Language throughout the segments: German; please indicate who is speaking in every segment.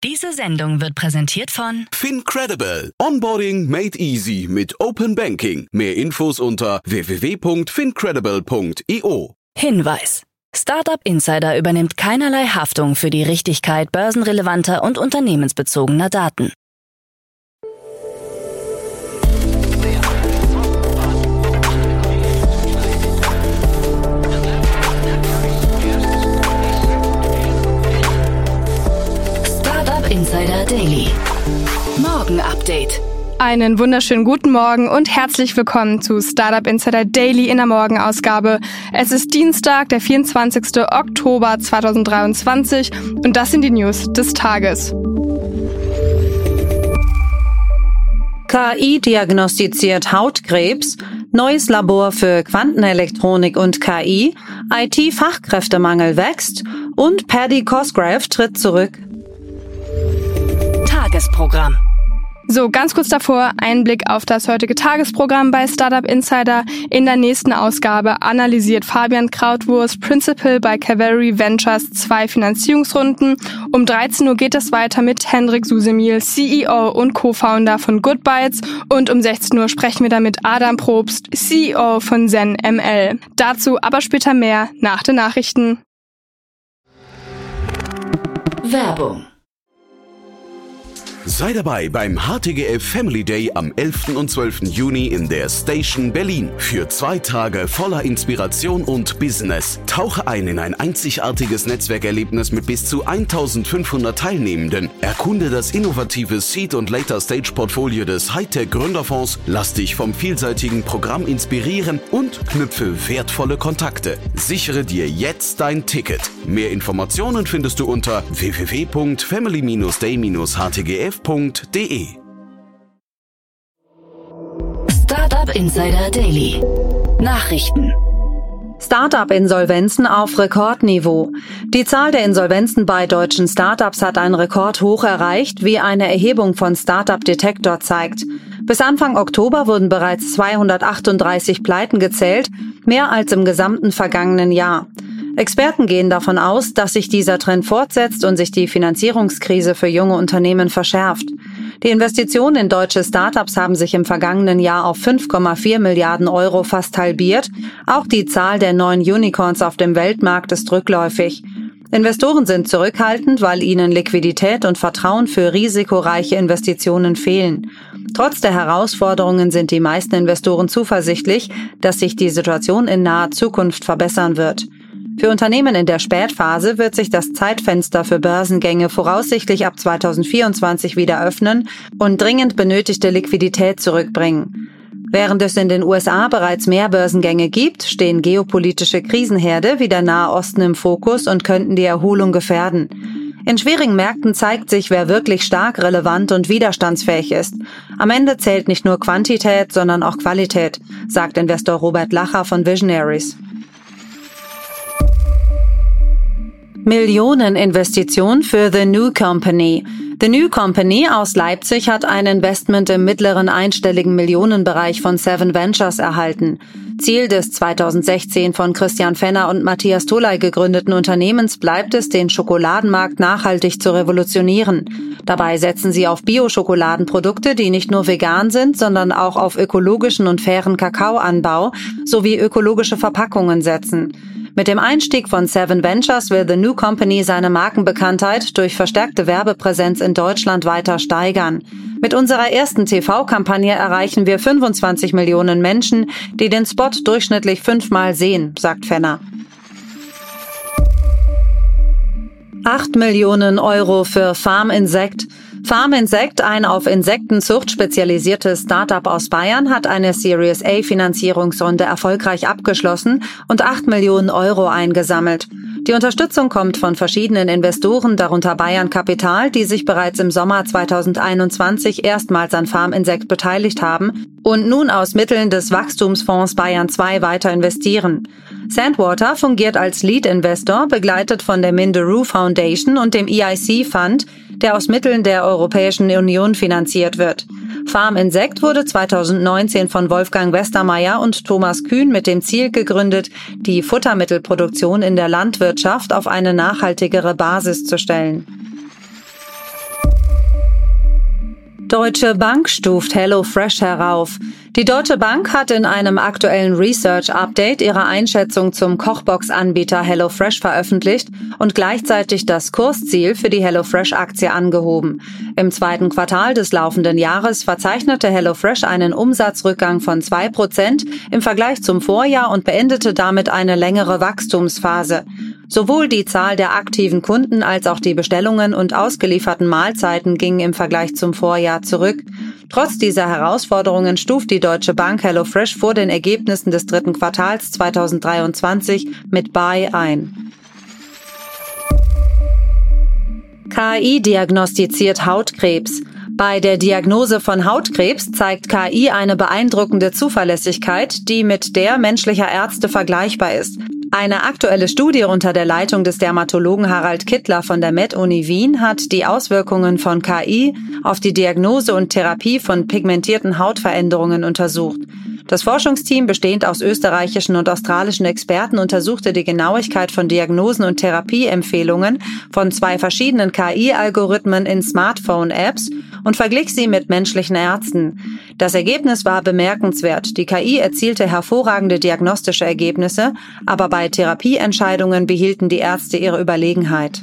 Speaker 1: Diese Sendung wird präsentiert von
Speaker 2: FinCredible. Onboarding made easy mit Open Banking. Mehr Infos unter www.fincredible.io.
Speaker 1: Hinweis. Startup Insider übernimmt keinerlei Haftung für die Richtigkeit börsenrelevanter und unternehmensbezogener Daten. Startup Insider Daily. Morgen Update.
Speaker 3: Einen wunderschönen guten Morgen und herzlich willkommen zu Startup Insider Daily in der Morgenausgabe. Es ist Dienstag, der 24. Oktober 2023 und das sind die News des Tages.
Speaker 4: KI diagnostiziert Hautkrebs, neues Labor für Quantenelektronik und KI, IT-Fachkräftemangel wächst und Paddy Cosgrave tritt zurück.
Speaker 1: Tagesprogramm.
Speaker 3: So, ganz kurz davor, ein Blick auf das heutige Tagesprogramm bei Startup Insider. In der nächsten Ausgabe analysiert Fabian Krautwurst, Principal bei Cavalry Ventures, 2 Finanzierungsrunden. Um 13 Uhr geht es weiter mit Hendrik Susemil, CEO und Co-Founder von Goodbytes. Und um 16 Uhr sprechen wir dann mit Adam Probst, CEO von ZenML. Dazu aber später mehr nach den Nachrichten.
Speaker 1: Werbung.
Speaker 2: Sei dabei beim HTGF Family Day am 11. und 12. Juni in der Station Berlin. Für 2 Tage voller Inspiration und Business. Tauche ein in ein einzigartiges Netzwerkerlebnis mit bis zu 1500 Teilnehmenden. Erkunde das innovative Seed- und Later-Stage-Portfolio des Hightech-Gründerfonds. Lass dich vom vielseitigen Programm inspirieren und knüpfe wertvolle Kontakte. Sichere dir jetzt dein Ticket. Mehr Informationen findest du unter www.family-day-htgf.de.
Speaker 1: Startup Insider Daily. Nachrichten.
Speaker 4: Startup-Insolvenzen auf Rekordniveau. Die Zahl der Insolvenzen bei deutschen Startups hat einen Rekordhoch erreicht, wie eine Erhebung von Startup Detektor zeigt. Bis Anfang Oktober wurden bereits 238 Pleiten gezählt, mehr als im gesamten vergangenen Jahr. Experten gehen davon aus, dass sich dieser Trend fortsetzt und sich die Finanzierungskrise für junge Unternehmen verschärft. Die Investitionen in deutsche Startups haben sich im vergangenen Jahr auf 5,4 Milliarden Euro fast halbiert. Auch die Zahl der neuen Unicorns auf dem Weltmarkt ist rückläufig. Investoren sind zurückhaltend, weil ihnen Liquidität und Vertrauen für risikoreiche Investitionen fehlen. Trotz der Herausforderungen sind die meisten Investoren zuversichtlich, dass sich die Situation in naher Zukunft verbessern wird. Für Unternehmen in der Spätphase wird sich das Zeitfenster für Börsengänge voraussichtlich ab 2024 wieder öffnen und dringend benötigte Liquidität zurückbringen. Während es in den USA bereits mehr Börsengänge gibt, stehen geopolitische Krisenherde wie der Nahe Osten im Fokus und könnten die Erholung gefährden. In schwierigen Märkten zeigt sich, wer wirklich stark, relevant und widerstandsfähig ist. Am Ende zählt nicht nur Quantität, sondern auch Qualität, sagt Investor Robert Lacher von Visionaries. Millioneninvestition für The New Company. The New Company aus Leipzig hat ein Investment im mittleren einstelligen Millionenbereich von Seven Ventures erhalten. Ziel des 2016 von Christian Fenner und Matthias Toley gegründeten Unternehmens bleibt es, den Schokoladenmarkt nachhaltig zu revolutionieren. Dabei setzen sie auf Bio-Schokoladenprodukte, die nicht nur vegan sind, sondern auch auf ökologischen und fairen Kakaoanbau sowie ökologische Verpackungen setzen. Mit dem Einstieg von Seven Ventures will The New Company seine Markenbekanntheit durch verstärkte Werbepräsenz in Deutschland weiter steigern. Mit unserer ersten TV-Kampagne erreichen wir 25 Millionen Menschen, die den Spot durchschnittlich 5-mal sehen, sagt Fenner. 8 Millionen Euro für Farm Insect. Farm Insect, ein auf Insektenzucht spezialisiertes Startup aus Bayern, hat eine Series A Finanzierungsrunde erfolgreich abgeschlossen und 8 Millionen Euro eingesammelt. Die Unterstützung kommt von verschiedenen Investoren, darunter Bayern Capital, die sich bereits im Sommer 2021 erstmals an Farm Insect beteiligt haben und nun aus Mitteln des Wachstumsfonds Bayern 2 weiter investieren. Sandwater fungiert als Lead-Investor, begleitet von der Minderoo Foundation und dem EIC Fund, der aus Mitteln der Europäischen Union finanziert wird. Farm Insect wurde 2019 von Wolfgang Westermeier und Thomas Kühn mit dem Ziel gegründet, die Futtermittelproduktion in der Landwirtschaft auf eine nachhaltigere Basis zu stellen. Deutsche Bank stuft HelloFresh herauf. Die Deutsche Bank hat in einem aktuellen Research-Update ihre Einschätzung zum Kochbox-Anbieter HelloFresh veröffentlicht und gleichzeitig das Kursziel für die HelloFresh-Aktie angehoben. Im zweiten Quartal des laufenden Jahres verzeichnete HelloFresh einen Umsatzrückgang von 2% im Vergleich zum Vorjahr und beendete damit eine längere Wachstumsphase. Sowohl die Zahl der aktiven Kunden als auch die Bestellungen und ausgelieferten Mahlzeiten gingen im Vergleich zum Vorjahr zurück. Trotz dieser Herausforderungen stuft die Deutsche Bank HelloFresh vor den Ergebnissen des dritten Quartals 2023 mit Buy ein. KI diagnostiziert Hautkrebs. Bei der Diagnose von Hautkrebs zeigt KI eine beeindruckende Zuverlässigkeit, die mit der menschlicher Ärzte vergleichbar ist. Eine aktuelle Studie unter der Leitung des Dermatologen Harald Kittler von der Med-Uni Wien hat die Auswirkungen von KI auf die Diagnose und Therapie von pigmentierten Hautveränderungen untersucht. Das Forschungsteam, bestehend aus österreichischen und australischen Experten, untersuchte die Genauigkeit von Diagnosen und Therapieempfehlungen von 2 verschiedenen KI-Algorithmen in Smartphone-Apps und verglich sie mit menschlichen Ärzten. Das Ergebnis war bemerkenswert. Die KI erzielte hervorragende diagnostische Ergebnisse, aber bei Therapieentscheidungen behielten die Ärzte ihre Überlegenheit.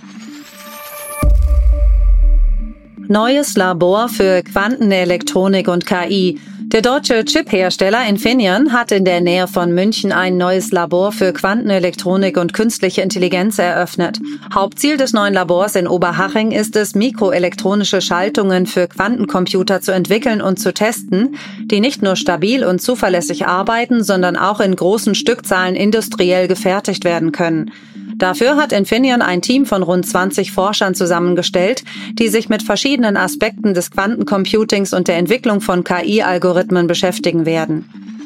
Speaker 4: Neues Labor für Quantenelektronik und KI. Der deutsche Chip-Hersteller Infineon hat in der Nähe von München ein neues Labor für Quantenelektronik und künstliche Intelligenz eröffnet. Hauptziel des neuen Labors in Oberhaching ist es, mikroelektronische Schaltungen für Quantencomputer zu entwickeln und zu testen, die nicht nur stabil und zuverlässig arbeiten, sondern auch in großen Stückzahlen industriell gefertigt werden können. Dafür hat Infineon ein Team von rund 20 Forschern zusammengestellt, die sich mit verschiedenen Aspekten des Quantencomputings und der Entwicklung von KI-Algorithmen beschäftigen werden.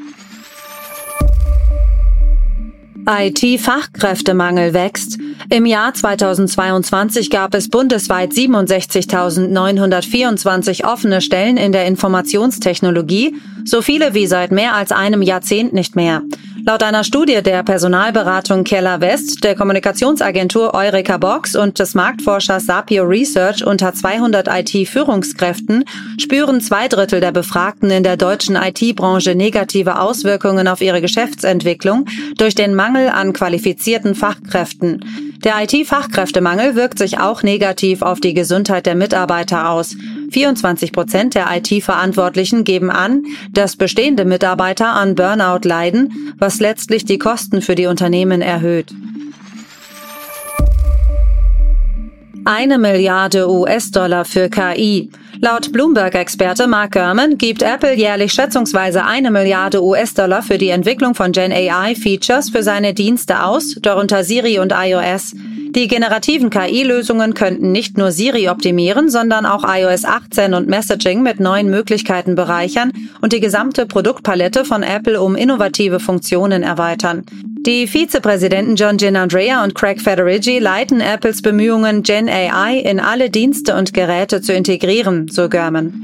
Speaker 4: IT-Fachkräftemangel wächst. Im Jahr 2022 gab es bundesweit 67.924 offene Stellen in der Informationstechnologie, so viele wie seit mehr als einem Jahrzehnt nicht mehr. Laut einer Studie der Personalberatung Keller West, der Kommunikationsagentur Eureka Box und des Marktforschers Sapio Research unter 200 IT-Führungskräften spüren 2/3 der Befragten in der deutschen IT-Branche negative Auswirkungen auf ihre Geschäftsentwicklung durch den Mangel an qualifizierten Fachkräften. Der IT-Fachkräftemangel wirkt sich auch negativ auf die Gesundheit der Mitarbeiter aus. 24% der IT-Verantwortlichen geben an, dass bestehende Mitarbeiter an Burnout leiden, was letztlich die Kosten für die Unternehmen erhöht. 1 Milliarde US-Dollar für KI. Laut Bloomberg-Experte Mark Gurman gibt Apple jährlich schätzungsweise 1 Milliarde US-Dollar für die Entwicklung von Gen-AI-Features für seine Dienste aus, darunter Siri und iOS. Die generativen KI-Lösungen könnten nicht nur Siri optimieren, sondern auch iOS 18 und Messaging mit neuen Möglichkeiten bereichern und die gesamte Produktpalette von Apple um innovative Funktionen erweitern. Die Vizepräsidenten John Ginandrea und Craig Federighi leiten Apples Bemühungen, Gen-AI in alle Dienste und Geräte zu integrieren, so Gurman.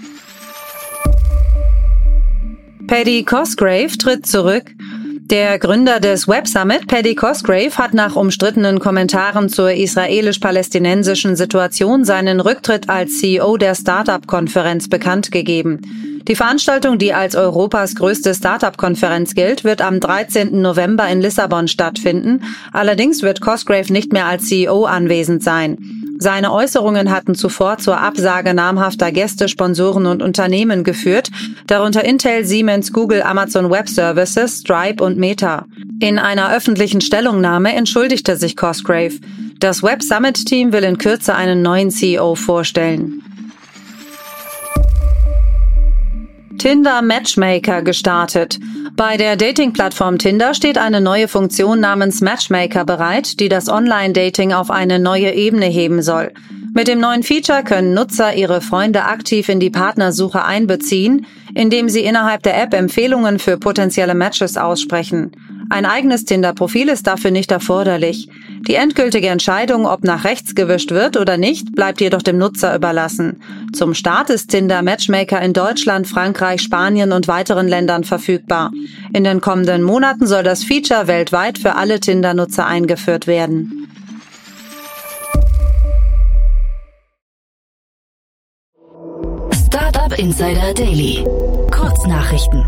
Speaker 4: Paddy Cosgrave tritt zurück. Der Gründer des Web Summit, Paddy Cosgrave, hat nach umstrittenen Kommentaren zur israelisch-palästinensischen Situation seinen Rücktritt als CEO der Startup-Konferenz bekannt gegeben. Die Veranstaltung, die als Europas größte Startup-Konferenz gilt, wird am 13. November in Lissabon stattfinden. Allerdings wird Cosgrave nicht mehr als CEO anwesend sein. Seine Äußerungen hatten zuvor zur Absage namhafter Gäste, Sponsoren und Unternehmen geführt, darunter Intel, Siemens, Google, Amazon Web Services, Stripe und Meta. In einer öffentlichen Stellungnahme entschuldigte sich Cosgrave. Das Web Summit Team will in Kürze einen neuen CEO vorstellen. Tinder Matchmaker gestartet. Bei der Dating-Plattform Tinder steht eine neue Funktion namens Matchmaker bereit, die das Online-Dating auf eine neue Ebene heben soll. Mit dem neuen Feature können Nutzer ihre Freunde aktiv in die Partnersuche einbeziehen, indem sie innerhalb der App Empfehlungen für potenzielle Matches aussprechen. Ein eigenes Tinder-Profil ist dafür nicht erforderlich. Die endgültige Entscheidung, ob nach rechts gewischt wird oder nicht, bleibt jedoch dem Nutzer überlassen. Zum Start ist Tinder Matchmaker in Deutschland, Frankreich, Spanien und weiteren Ländern verfügbar. In den kommenden Monaten soll das Feature weltweit für alle Tinder-Nutzer eingeführt werden.
Speaker 1: Startup Insider Daily. Kurznachrichten.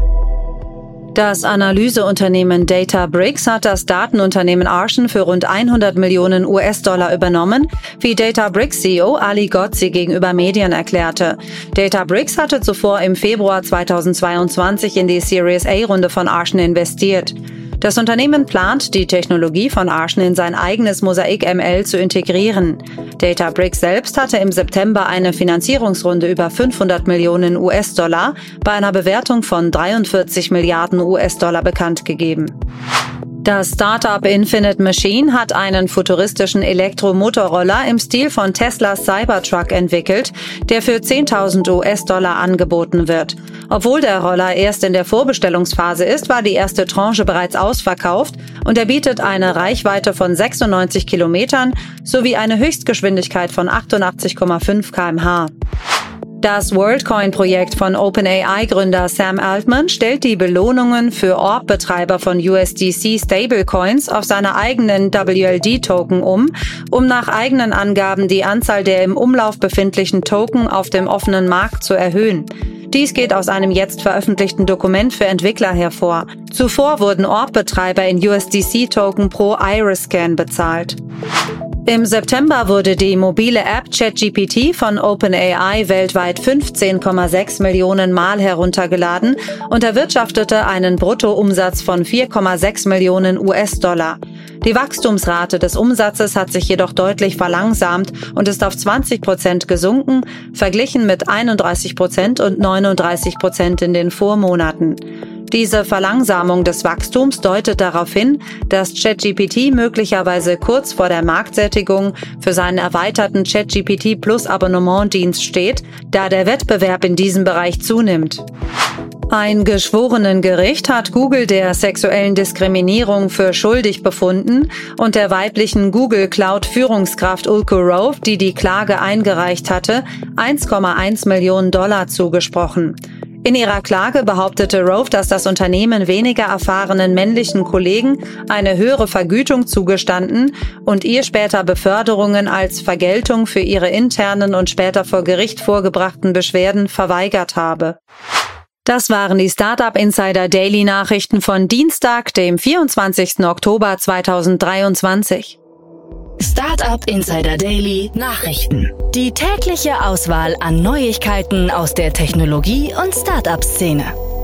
Speaker 4: Das Analyseunternehmen Databricks hat das Datenunternehmen Archon für rund 100 Millionen US-Dollar übernommen, wie Databricks-CEO Ali Ghodsi gegenüber Medien erklärte. Databricks hatte zuvor im Februar 2022 in die Series A-Runde von Archon investiert. Das Unternehmen plant, die Technologie von Archon in sein eigenes Mosaic ML zu integrieren. Databricks selbst hatte im September eine Finanzierungsrunde über 500 Millionen US-Dollar bei einer Bewertung von 43 Milliarden US-Dollar bekannt gegeben. Das Startup Infinite Machine hat einen futuristischen Elektromotorroller im Stil von Teslas Cybertruck entwickelt, der für 10.000 US-Dollar angeboten wird. Obwohl der Roller erst in der Vorbestellungsphase ist, war die erste Tranche bereits ausverkauft und er bietet eine Reichweite von 96 Kilometern sowie eine Höchstgeschwindigkeit von 88,5 km/h. Das WorldCoin-Projekt von OpenAI-Gründer Sam Altman stellt die Belohnungen für Orb-Betreiber von USDC-Stablecoins auf seine eigenen WLD-Token um nach eigenen Angaben die Anzahl der im Umlauf befindlichen Token auf dem offenen Markt zu erhöhen. Dies geht aus einem jetzt veröffentlichten Dokument für Entwickler hervor. Zuvor wurden Orb-Betreiber in USDC-Token pro Iris-Scan bezahlt. Im September wurde die mobile App ChatGPT von OpenAI weltweit 15,6 Millionen Mal heruntergeladen und erwirtschaftete einen Bruttoumsatz von 4,6 Millionen US-Dollar. Die Wachstumsrate des Umsatzes hat sich jedoch deutlich verlangsamt und ist auf 20% gesunken, verglichen mit 31% und 39% in den Vormonaten. Diese Verlangsamung des Wachstums deutet darauf hin, dass ChatGPT möglicherweise kurz vor der Marktsättigung für seinen erweiterten ChatGPT Plus Abonnementdienst steht, da der Wettbewerb in diesem Bereich zunimmt. Ein Geschworenengericht hat Google der sexuellen Diskriminierung für schuldig befunden und der weiblichen Google Cloud-Führungskraft Ulko Rove, die die Klage eingereicht hatte, 1,1 Millionen Dollar zugesprochen. In ihrer Klage behauptete Rove, dass das Unternehmen weniger erfahrenen männlichen Kollegen eine höhere Vergütung zugestanden und ihr später Beförderungen als Vergeltung für ihre internen und später vor Gericht vorgebrachten Beschwerden verweigert habe. Das waren die Startup Insider Daily Nachrichten von Dienstag, dem 24. Oktober 2023.
Speaker 1: Startup Insider Daily Nachrichten. Die tägliche Auswahl an Neuigkeiten aus der Technologie- und Startup-Szene.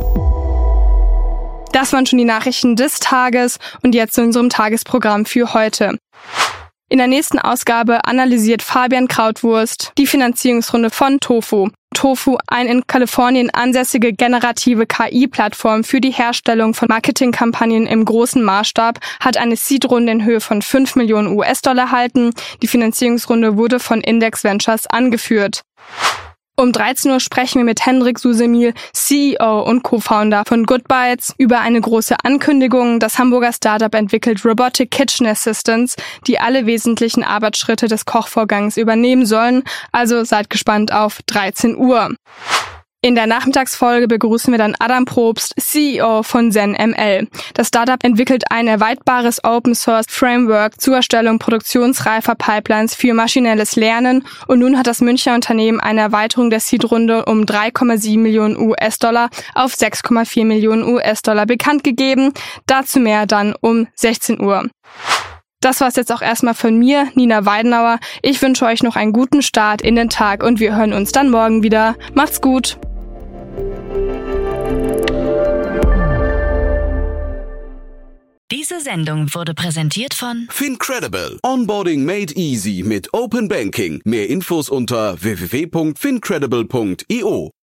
Speaker 3: Das waren schon die Nachrichten des Tages und jetzt zu unserem Tagesprogramm für heute. In der nächsten Ausgabe analysiert Fabian Krautwurst die Finanzierungsrunde von Tofu. Tofu, eine in Kalifornien ansässige generative KI-Plattform für die Herstellung von Marketingkampagnen im großen Maßstab, hat eine Seed-Runde in Höhe von 5 Millionen US-Dollar erhalten. Die Finanzierungsrunde wurde von Index Ventures angeführt. Um 13 Uhr sprechen wir mit Hendrik Susemil, CEO und Co-Founder von Goodbytes, über eine große Ankündigung. Das Hamburger Startup entwickelt Robotic Kitchen Assistants, die alle wesentlichen Arbeitsschritte des Kochvorgangs übernehmen sollen. Also seid gespannt auf 13 Uhr. In der Nachmittagsfolge begrüßen wir dann Adam Probst, CEO von ZenML. Das Startup entwickelt ein erweiterbares Open-Source-Framework zur Erstellung produktionsreifer Pipelines für maschinelles Lernen und nun hat das Münchner Unternehmen eine Erweiterung der Seed-Runde um 3,7 Millionen US-Dollar auf 6,4 Millionen US-Dollar bekannt gegeben. Dazu mehr dann um 16 Uhr. Das war's jetzt auch erstmal von mir, Nina Weidenauer. Ich wünsche euch noch einen guten Start in den Tag und wir hören uns dann morgen wieder. Macht's gut!
Speaker 1: Diese Sendung wurde präsentiert von
Speaker 2: Fincredible. Onboarding made easy mit Open Banking. Mehr Infos unter www.fincredible.io.